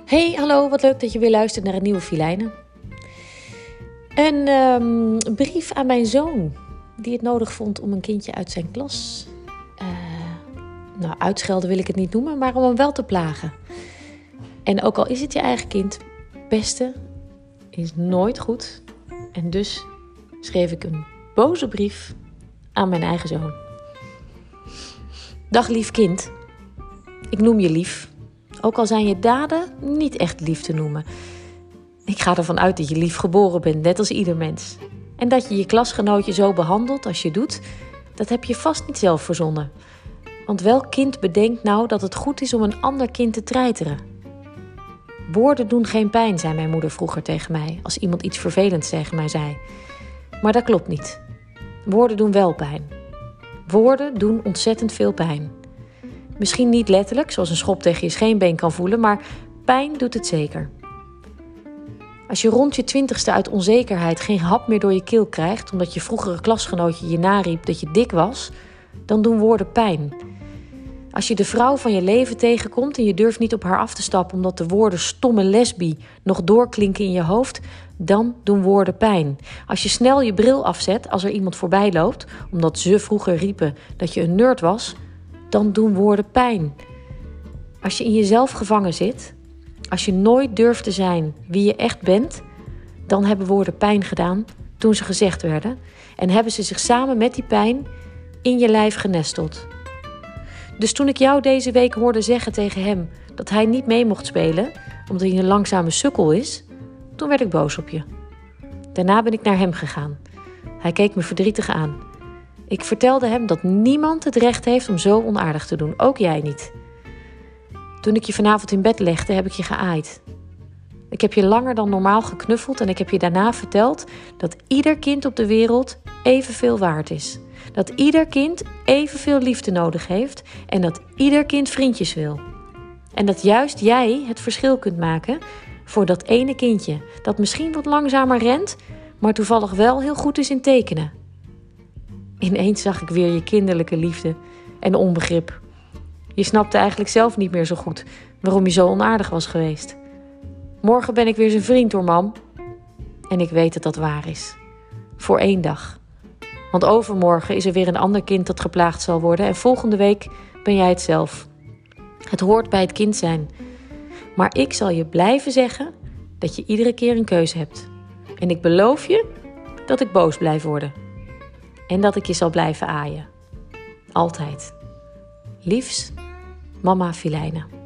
Hey, hallo, wat leuk dat je weer luistert naar een nieuwe Filijnen. Een brief aan mijn zoon, die het nodig vond om een kindje uit zijn klas... uitschelden wil ik het niet noemen, maar om hem wel te plagen. En ook al is het je eigen kind, pesten is nooit goed. En dus schreef ik een boze brief aan mijn eigen zoon. Dag lief kind, ik noem je lief. Ook al zijn je daden niet echt lief te noemen. Ik ga ervan uit dat je lief geboren bent, net als ieder mens. En dat je je klasgenootje zo behandelt als je doet, dat heb je vast niet zelf verzonnen. Want welk kind bedenkt nou dat het goed is om een ander kind te treiteren? Woorden doen geen pijn, zei mijn moeder vroeger tegen mij, als iemand iets vervelends tegen mij zei. Maar dat klopt niet. Woorden doen wel pijn. Woorden doen ontzettend veel pijn. Misschien niet letterlijk, zoals een schop tegen je scheenbeen kan voelen, maar pijn doet het zeker. Als je rond je 20ste uit onzekerheid geen hap meer door je keel krijgt, omdat je vroegere klasgenootje je nariep dat je dik was, dan doen woorden pijn. Als je de vrouw van je leven tegenkomt en je durft niet op haar af te stappen omdat de woorden stomme lesbie nog doorklinken in je hoofd, dan doen woorden pijn. Als je snel je bril afzet als er iemand voorbij loopt, omdat ze vroeger riepen dat je een nerd was, dan doen woorden pijn. Als je in jezelf gevangen zit, als je nooit durft te zijn wie je echt bent, dan hebben woorden pijn gedaan toen ze gezegd werden en hebben ze zich samen met die pijn in je lijf genesteld. Dus toen ik jou deze week hoorde zeggen tegen hem dat hij niet mee mocht spelen, omdat hij een langzame sukkel is, toen werd ik boos op je. Daarna ben ik naar hem gegaan. Hij keek me verdrietig aan. Ik vertelde hem dat niemand het recht heeft om zo onaardig te doen, ook jij niet. Toen ik je vanavond in bed legde, heb ik je geaaid. Ik heb je langer dan normaal geknuffeld en ik heb je daarna verteld dat ieder kind op de wereld evenveel waard is. Dat ieder kind evenveel liefde nodig heeft en dat ieder kind vriendjes wil. En dat juist jij het verschil kunt maken voor dat ene kindje dat misschien wat langzamer rent, maar toevallig wel heel goed is in tekenen. Ineens zag ik weer je kinderlijke liefde en onbegrip. Je snapte eigenlijk zelf niet meer zo goed waarom je zo onaardig was geweest. Morgen ben ik weer zijn vriend hoor, mam. En ik weet dat dat waar is. Voor 1 dag. Want overmorgen is er weer een ander kind dat geplaagd zal worden en volgende week ben jij het zelf. Het hoort bij het kind zijn. Maar ik zal je blijven zeggen dat je iedere keer een keuze hebt. En ik beloof je dat ik boos blijf worden. En dat ik je zal blijven aaien. Altijd. Liefs, mama Filijnen.